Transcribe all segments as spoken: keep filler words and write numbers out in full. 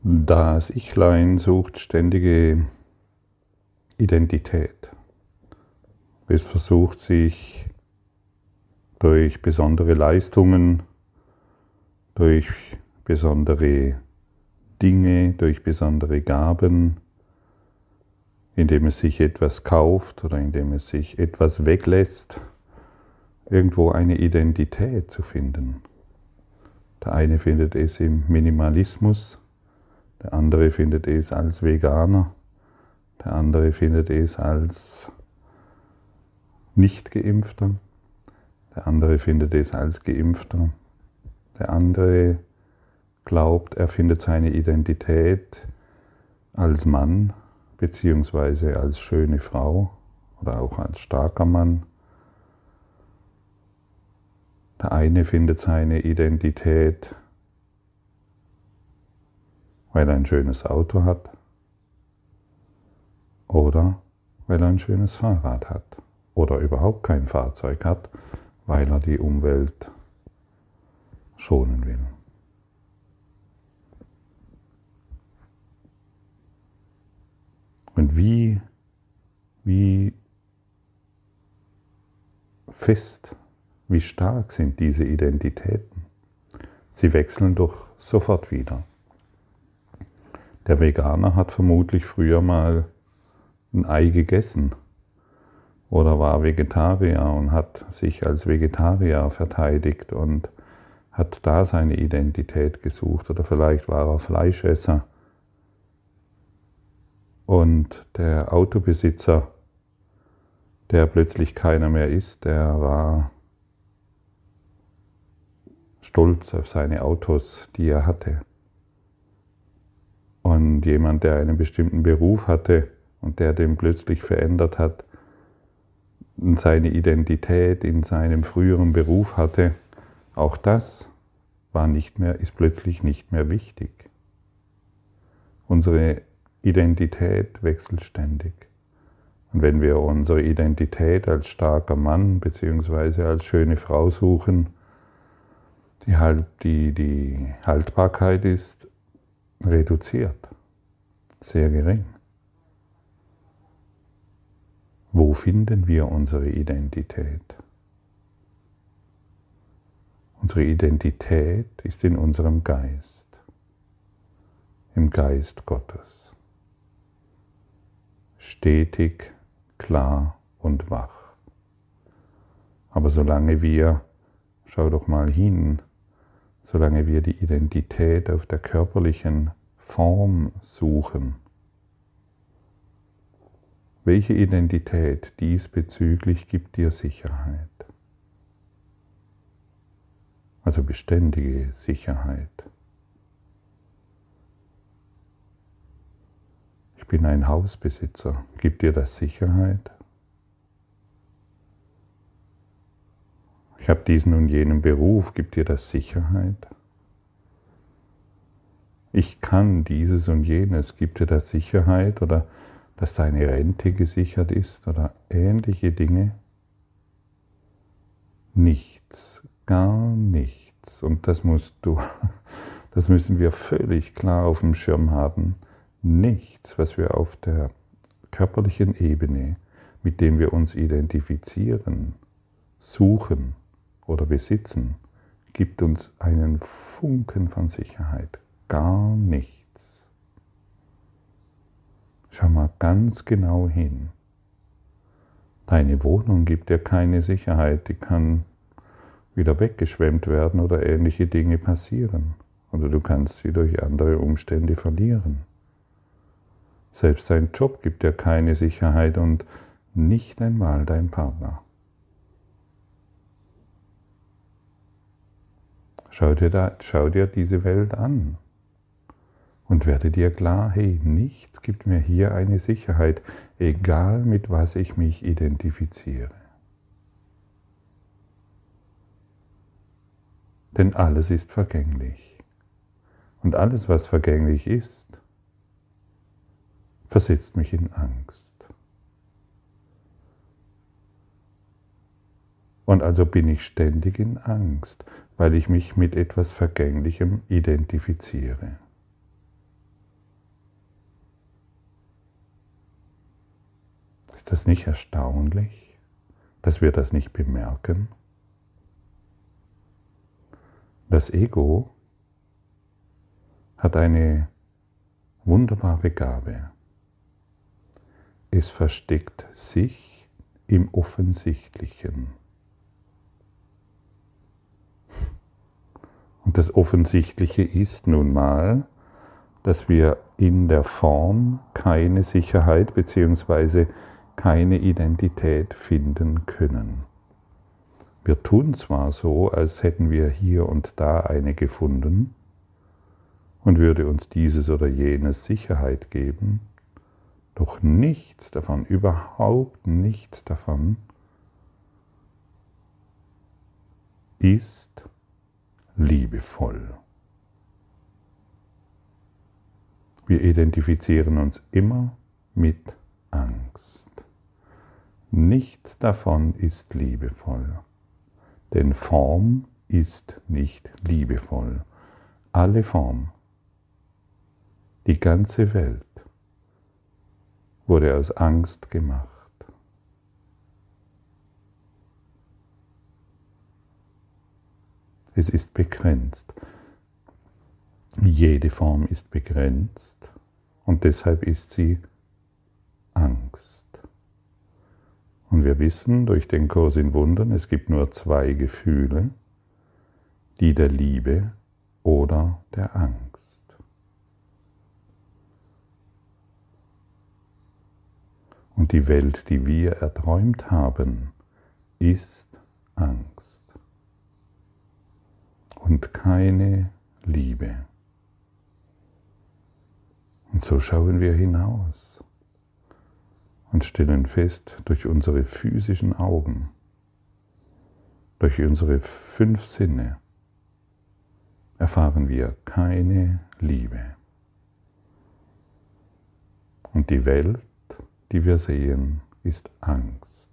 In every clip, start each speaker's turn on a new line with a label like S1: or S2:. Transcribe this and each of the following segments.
S1: Das Ichlein sucht ständige Identität. Es versucht sich durch besondere Leistungen, durch besondere Dinge, durch besondere Gaben, indem es sich etwas kauft oder indem es sich etwas weglässt, irgendwo eine Identität zu finden. Der eine findet es im Minimalismus, der andere findet es als Veganer, der andere findet es als Nicht-Geimpfter, der andere findet es als Geimpfter, der andere glaubt, er findet seine Identität als Mann beziehungsweise als schöne Frau oder auch als starker Mann. Der eine findet seine Identität, weil er ein schönes Auto hat oder weil er ein schönes Fahrrad hat oder überhaupt kein Fahrzeug hat, weil er die Umwelt schonen will. Und wie, wie fest, wie stark sind diese Identitäten? Sie wechseln doch sofort wieder. Der Veganer hat vermutlich früher mal ein Ei gegessen oder war Vegetarier und hat sich als Vegetarier verteidigt und hat da seine Identität gesucht. Oder vielleicht war er Fleischesser. Und der Autobesitzer, der plötzlich keiner mehr ist, der war stolz auf seine Autos, die er hatte. Und jemand, der einen bestimmten Beruf hatte und der den plötzlich verändert hat, seine Identität in seinem früheren Beruf hatte, auch das war nicht mehr, ist plötzlich nicht mehr wichtig. Unsere Identität wechselt ständig. Und wenn wir unsere Identität als starker Mann bzw. als schöne Frau suchen, die, die, die Haltbarkeit ist reduziert, sehr gering. Wo finden wir unsere Identität? Unsere Identität ist in unserem Geist, im Geist Gottes. Stetig, klar und wach. Aber solange wir, schau doch mal hin, solange wir die Identität auf der körperlichen Form suchen, welche Identität diesbezüglich gibt dir Sicherheit? Also beständige Sicherheit. Ich bin ein Hausbesitzer. Gibt dir das Sicherheit? Ich habe diesen und jenen Beruf. Gibt dir das Sicherheit? Ich kann dieses und jenes. Gibt dir das Sicherheit? Oder dass deine Rente gesichert ist oder ähnliche Dinge? Nichts, gar nichts. Und das musst du, das müssen wir völlig klar auf dem Schirm haben. Nichts, was wir auf der körperlichen Ebene, mit dem wir uns identifizieren, suchen oder besitzen, gibt uns einen Funken von Sicherheit. Gar nichts. Schau mal ganz genau hin. Deine Wohnung gibt dir keine Sicherheit, die kann wieder weggeschwemmt werden oder ähnliche Dinge passieren. Oder du kannst sie durch andere Umstände verlieren. Selbst dein Job gibt dir keine Sicherheit und nicht einmal dein Partner. Schau dir, da, schau dir diese Welt an. Und werde dir klar, hey, nichts gibt mir hier eine Sicherheit, egal mit was ich mich identifiziere. Denn alles ist vergänglich. Und alles, was vergänglich ist, versetzt mich in Angst. Und also bin ich ständig in Angst, weil ich mich mit etwas Vergänglichem identifiziere. Ist das nicht erstaunlich, dass wir das nicht bemerken? Das Ego hat eine wunderbare Gabe. Es versteckt sich im Offensichtlichen. Und das Offensichtliche ist nun mal, dass wir in der Form keine Sicherheit bzw. keine Identität finden können. Wir tun zwar so, als hätten wir hier und da eine gefunden und würde uns dieses oder jenes Sicherheit geben, doch nichts davon, überhaupt nichts davon ist liebevoll. Wir identifizieren uns immer mit Angst. Nichts davon ist liebevoll, denn Form ist nicht liebevoll. Alle Form, die ganze Welt wurde aus Angst gemacht. Es ist begrenzt. Jede Form ist begrenzt und deshalb ist sie Angst. Und wir wissen durch den Kurs in Wundern, es gibt nur zwei Gefühle, die der Liebe oder der Angst. Und die Welt, die wir erträumt haben, ist Angst und keine Liebe. Und so schauen wir hinaus und stellen fest, durch unsere physischen Augen, durch unsere fünf Sinne, erfahren wir keine Liebe. Und die Welt, die wir sehen, ist Angst,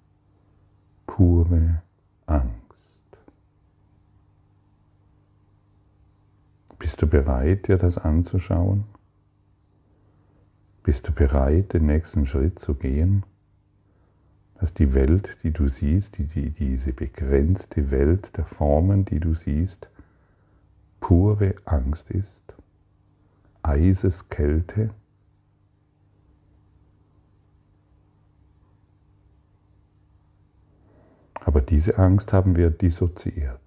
S1: pure Angst. Bist du bereit, dir das anzuschauen? Bist du bereit, den nächsten Schritt zu gehen? Dass die Welt, die du siehst, die, die, diese begrenzte Welt der Formen, die du siehst, pure Angst ist, Eiseskälte. Aber diese Angst haben wir dissoziiert.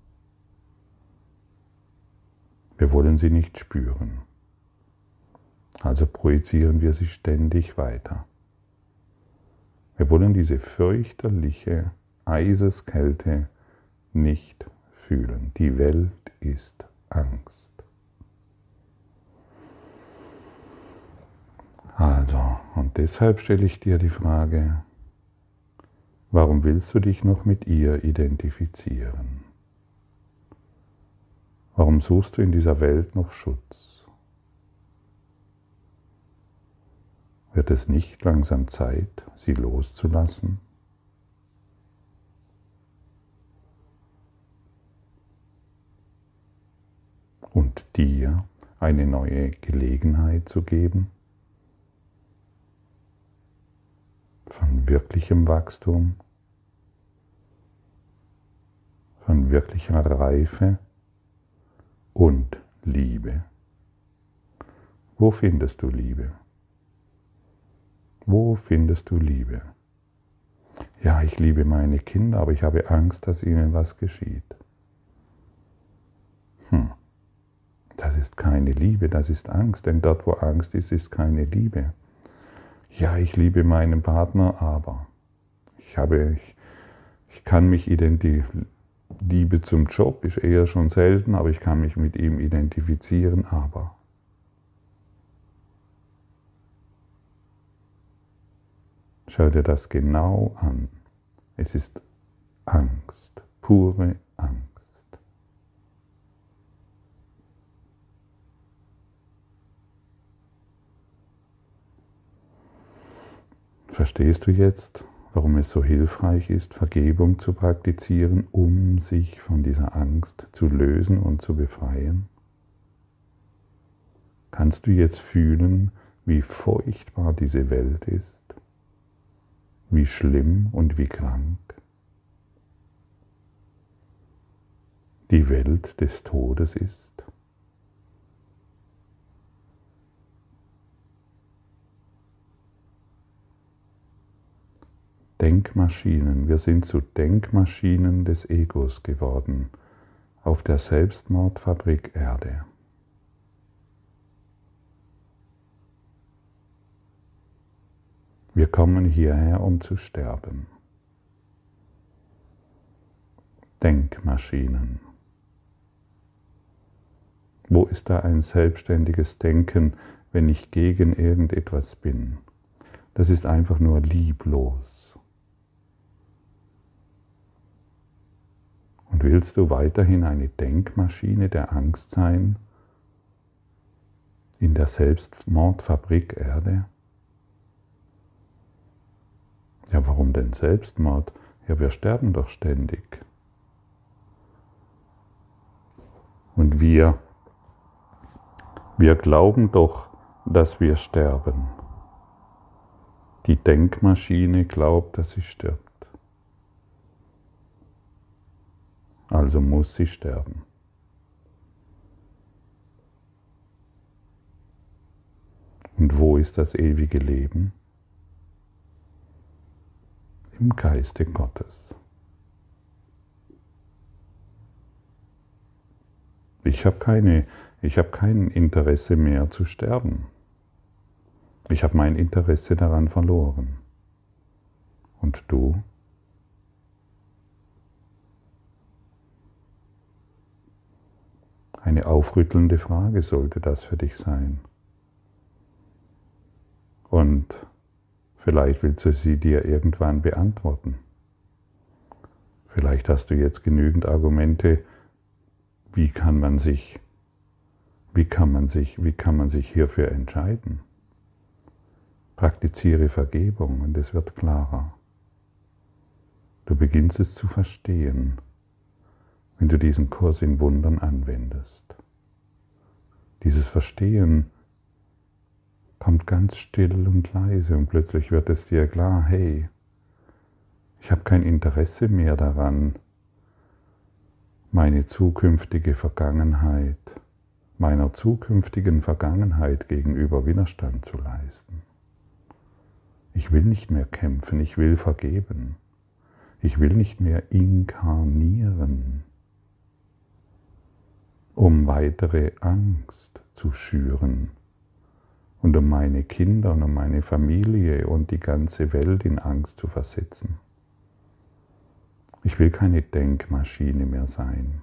S1: Wir wollen sie nicht spüren. Also projizieren wir sie ständig weiter. Wir wollen diese fürchterliche Eiseskälte nicht fühlen. Die Welt ist Angst. Also, und deshalb stelle ich dir die Frage, warum willst du dich noch mit ihr identifizieren? Warum suchst du in dieser Welt noch Schutz? Wird es nicht langsam Zeit, sie loszulassen? Und dir eine neue Gelegenheit zu geben? Von wirklichem Wachstum? Von wirklicher Reife und Liebe? Wo findest du Liebe? Wo findest du Liebe? Ja, ich liebe meine Kinder, aber ich habe Angst, dass ihnen was geschieht. Hm. Das ist keine Liebe, das ist Angst, denn dort, wo Angst ist, ist keine Liebe. Ja, ich liebe meinen Partner, aber ich habe, ich, ich kann mich identifizieren. Liebe zum Job ist eher schon selten, aber ich kann mich mit ihm identifizieren, aber schau dir das genau an. Es ist Angst, pure Angst. Verstehst du jetzt, warum es so hilfreich ist, Vergebung zu praktizieren, um sich von dieser Angst zu lösen und zu befreien? Kannst du jetzt fühlen, wie furchtbar diese Welt ist? wie schlimm und wie krank die Welt des Todes ist? Denkmaschinen, wir sind zu Denkmaschinen des Egos geworden auf der Selbstmordfabrik Erde. Wir kommen hierher, um zu sterben. Denkmaschinen. Wo ist da ein selbstständiges Denken, wenn ich gegen irgendetwas bin? Das ist einfach nur lieblos. Und willst du weiterhin eine Denkmaschine der Angst sein in der Selbstmordfabrik Erde? Ja, warum denn Selbstmord? Ja, wir sterben doch ständig. Und wir, wir glauben doch, dass wir sterben. Die Denkmaschine glaubt, dass sie stirbt. Also muss sie sterben. Und wo ist das ewige Leben? Im Geiste Gottes. Ich habe keine, ich habe kein Interesse mehr zu sterben. Ich habe mein Interesse daran verloren. Und du? Eine aufrüttelnde Frage sollte das für dich sein. Und vielleicht willst du sie dir irgendwann beantworten. Vielleicht hast du jetzt genügend Argumente, wie kann man sich, wie kann man sich, wie kann man sich hierfür entscheiden? Praktiziere Vergebung und es wird klarer. Du beginnst es zu verstehen, wenn du diesen Kurs in Wundern anwendest. Dieses Verstehen kommt ganz still und leise und plötzlich wird es dir klar, hey, ich habe kein Interesse mehr daran, meine zukünftige Vergangenheit, meiner zukünftigen Vergangenheit gegenüber Widerstand zu leisten. Ich will nicht mehr kämpfen, ich will vergeben. Ich will nicht mehr inkarnieren, um weitere Angst zu schüren und um meine Kinder und um meine Familie und die ganze Welt in Angst zu versetzen. Ich will keine Denkmaschine mehr sein,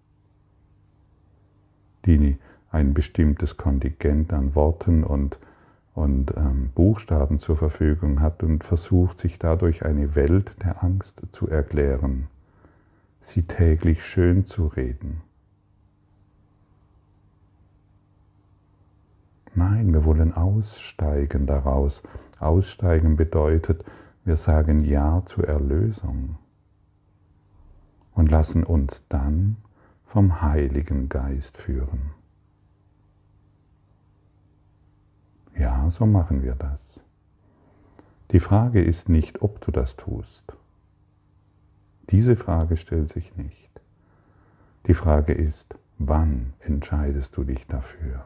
S1: die ein bestimmtes Kontingent an Worten und, und ähm, Buchstaben zur Verfügung hat und versucht, sich dadurch eine Welt der Angst zu erklären, sie täglich schön zu reden. Nein, wir wollen aussteigen daraus. Aussteigen bedeutet, wir sagen Ja zur Erlösung und lassen uns dann vom Heiligen Geist führen. Ja, so machen wir das. Die Frage ist nicht, ob du das tust. Diese Frage stellt sich nicht. Die Frage ist, wann entscheidest du dich dafür?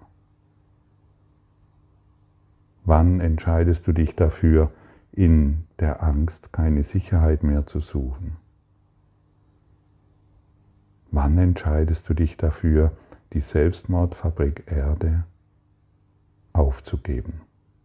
S1: Wann entscheidest du dich dafür, in der Angst keine Sicherheit mehr zu suchen? Wann entscheidest du dich dafür, die Selbstmordfabrik Erde aufzugeben?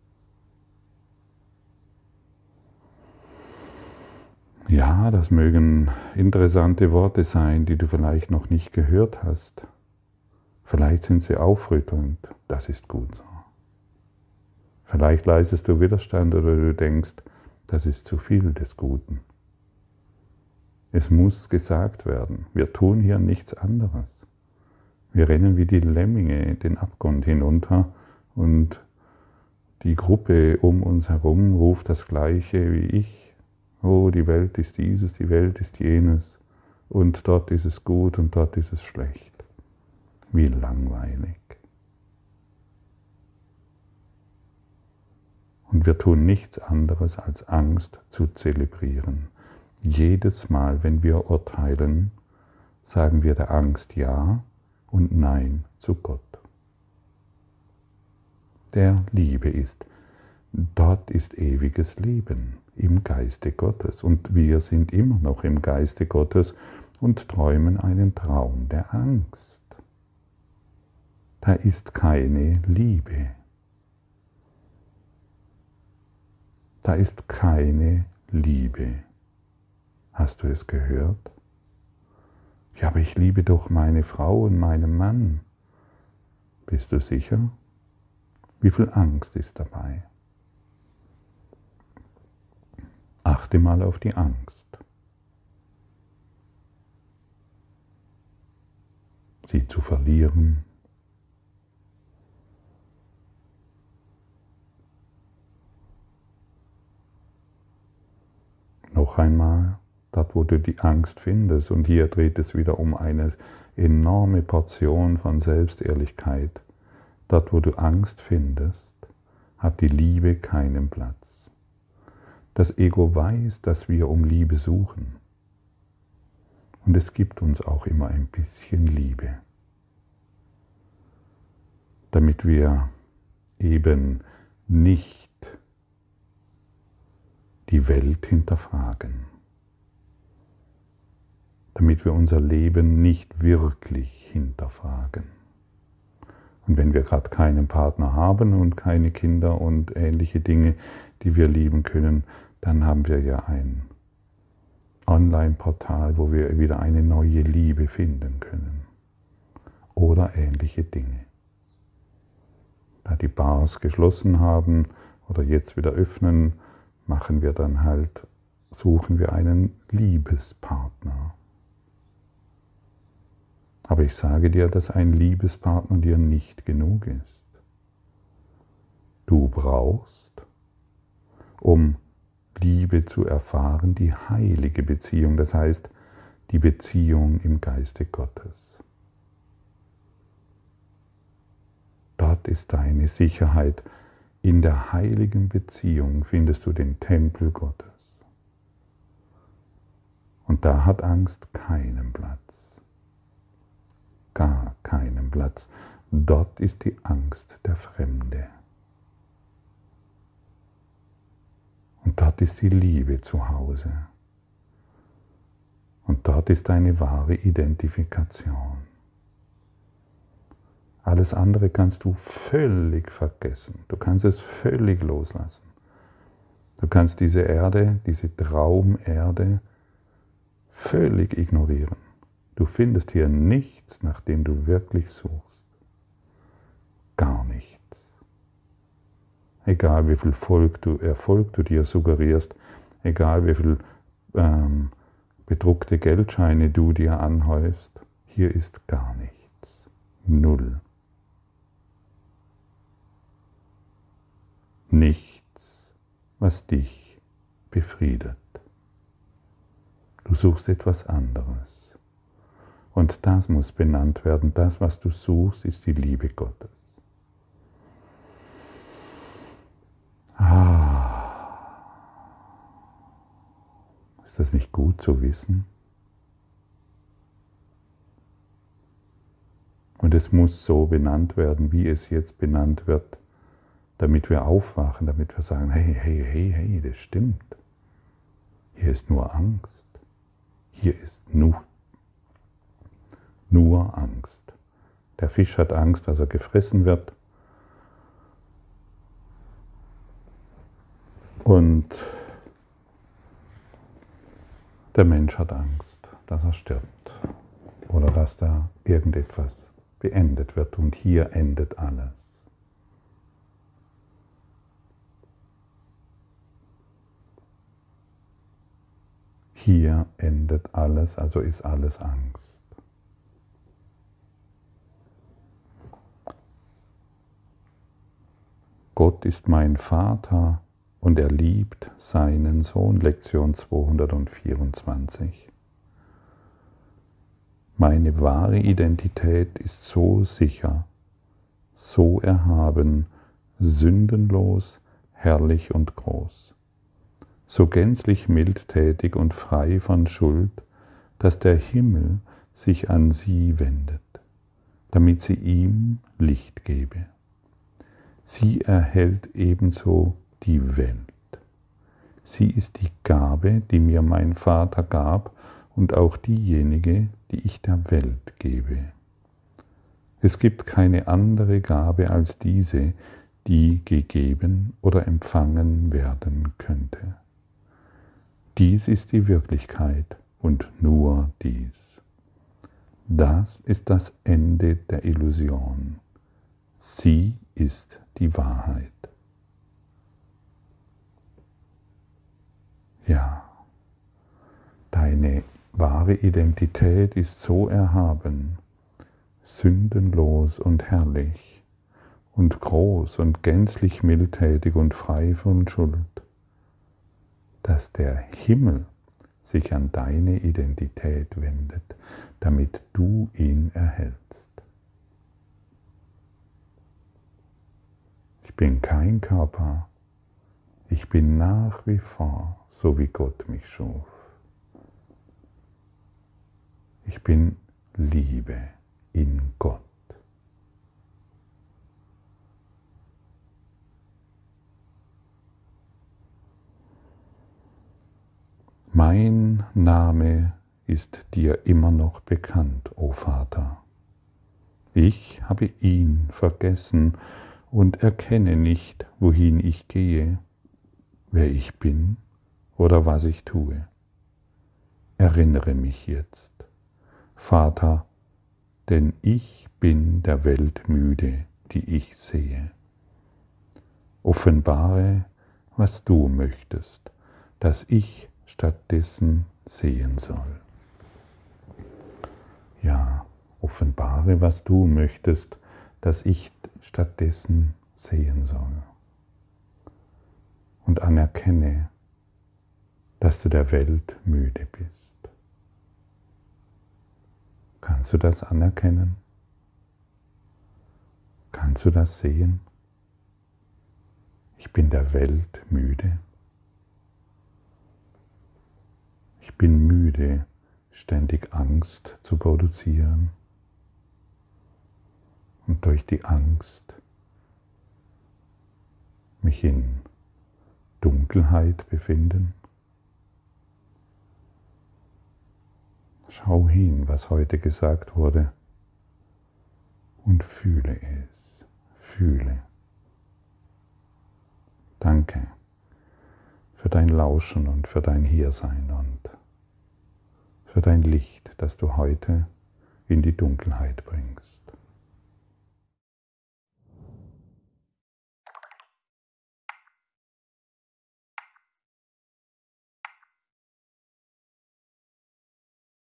S1: Ja, das mögen interessante Worte sein, die du vielleicht noch nicht gehört hast. Vielleicht sind sie aufrüttelnd, das ist gut so. Vielleicht leistest du Widerstand oder du denkst, das ist zu viel des Guten. Es muss gesagt werden. Wir tun hier nichts anderes. Wir rennen wie die Lemminge den Abgrund hinunter und die Gruppe um uns herum ruft das Gleiche wie ich. Oh, die Welt ist dieses, die Welt ist jenes und dort ist es gut und dort ist es schlecht. Wie langweilig. Und Und wir tun nichts anderes, als Angst zu zelebrieren. Jedes Mal, wenn wir urteilen, sagen wir der Angst Ja und Nein zu Gott, der Liebe ist. Dort ist ewiges Leben im Geiste Gottes. Und wir sind immer noch im Geiste Gottes und träumen einen Traum der Angst. Da ist keine Liebe. Da ist keine Liebe. Hast du es gehört? Ja, aber ich liebe doch meine Frau und meinen Mann. Bist du sicher? Wie viel Angst ist dabei? Achte mal auf die Angst. Sie zu verlieren. Noch einmal, dort wo du die Angst findest, und hier dreht es wieder um eine enorme Portion von Selbstehrlichkeit. Dort wo du Angst findest, hat die Liebe keinen Platz. Das Ego weiß, dass wir um Liebe suchen. Und es gibt uns auch immer ein bisschen Liebe, damit wir eben nicht die Welt hinterfragen, damit wir unser Leben nicht wirklich hinterfragen. Und wenn wir gerade keinen Partner haben und keine Kinder und ähnliche Dinge, die wir lieben können, dann haben wir ja ein Online-Portal, wo wir wieder eine neue Liebe finden können. Oder ähnliche Dinge. Da die Bars geschlossen haben oder jetzt wieder öffnen, machen wir dann halt, suchen wir einen Liebespartner. Aber ich sage dir, dass ein Liebespartner dir nicht genug ist. Du brauchst, um Liebe zu erfahren, die heilige Beziehung, das heißt die Beziehung im Geiste Gottes. Dort ist deine Sicherheit. In der heiligen Beziehung findest du den Tempel Gottes. Und da hat Angst keinen Platz. Gar keinen Platz. Dort ist die Angst der Fremde. Und dort ist die Liebe zu Hause. Und dort ist deine wahre Identifikation. Alles andere kannst du völlig vergessen. Du kannst es völlig loslassen. Du kannst diese Erde, diese Traumerde völlig ignorieren. Du findest hier nichts, nach dem du wirklich suchst. Gar nichts. Egal wie viel Erfolg du, Erfolg du dir suggerierst, egal wie viel ähm, bedruckte Geldscheine du dir anhäufst, hier ist gar nichts. Null. Nichts, was dich befriedet. Du suchst etwas anderes. Und das muss benannt werden. Das, was du suchst, ist die Liebe Gottes. Ah. Ist das nicht gut zu wissen? Und es muss so benannt werden, wie es jetzt benannt wird, damit wir aufwachen, damit wir sagen, hey, hey, hey, hey, das stimmt. Hier ist nur Angst. Hier ist nur, nur Angst. Der Fisch hat Angst, dass er gefressen wird. Und der Mensch hat Angst, dass er stirbt oder dass da irgendetwas beendet wird. Und hier endet alles. Hier endet alles, also ist alles Angst. Gott ist mein Vater und er liebt seinen Sohn. Lektion zweihundertvierundzwanzig. Meine wahre Identität ist so sicher, so erhaben, sündenlos, herrlich und groß, so gänzlich mildtätig und frei von Schuld, dass der Himmel sich an sie wendet, damit sie ihm Licht gebe. Sie erhält ebenso die Welt. Sie ist die Gabe, die mir mein Vater gab, und auch diejenige, die ich der Welt gebe. Es gibt keine andere Gabe als diese, die gegeben oder empfangen werden könnte. Dies ist die Wirklichkeit und nur dies. Das ist das Ende der Illusion. Sie ist die Wahrheit. Ja, deine wahre Identität ist so erhaben, sündenlos und herrlich und groß und gänzlich mildtätig und frei von Schuld, dass der Himmel sich an deine Identität wendet, damit du ihn erhältst. Ich bin kein Körper, ich bin nach wie vor, so wie Gott mich schuf. Ich bin Liebe in Gott. Mein Name ist dir immer noch bekannt, o Vater. Ich habe ihn vergessen und erkenne nicht, wohin ich gehe, wer ich bin oder was ich tue. Erinnere mich jetzt, Vater, denn ich bin der Welt müde, die ich sehe. Offenbare, was du möchtest, dass ich stattdessen sehen soll. Ja, offenbare, was du möchtest, dass ich stattdessen sehen soll. Und anerkenne, dass du der Welt müde bist. Kannst du das anerkennen? Kannst du das sehen? Ich bin der Welt müde. Ich bin müde, ständig Angst zu produzieren und durch die Angst mich in Dunkelheit befinden. Schau hin, was heute gesagt wurde, und fühle es, fühle. Danke für dein Lauschen und für dein Hiersein und für dein Licht, das du heute in die Dunkelheit bringst.